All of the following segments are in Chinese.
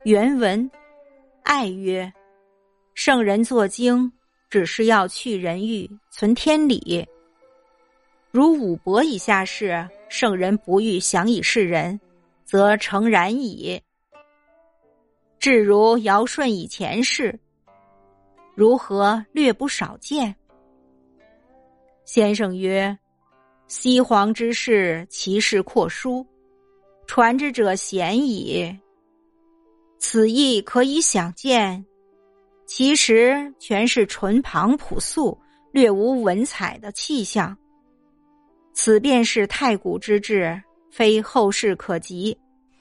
原文爱曰：圣人作经，只是要去人欲，存天理。如武伯以下事，圣人不欲详以示人，则诚然矣。至如尧舜以前事，如何略不少见？先生曰：西皇之事，其事阔书，传之者鲜矣。此意可以想见，其实全是纯朴朴素，略无文采的气象。此便是太古之志，非后世可及。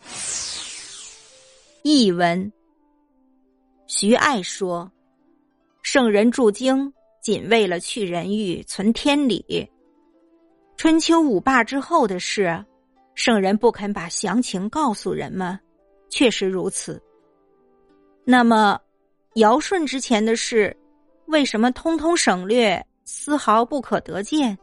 译文：徐爱说，圣人著经仅为了去人欲，存天理。春秋五霸之后的事，圣人不肯把详情告诉人们，确实如此。那么尧舜之前的事，为什么通通省略，丝毫不可得见？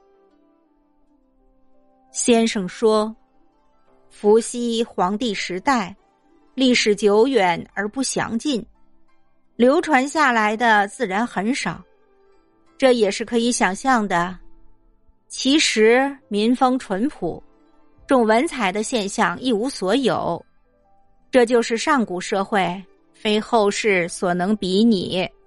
先生说，伏羲黄帝时代，历史久远而不详尽，流传下来的自然很少，这也是可以想象的。其实民风淳朴，重文采的现象一无所有，这就是上古社会，非后世所能比拟。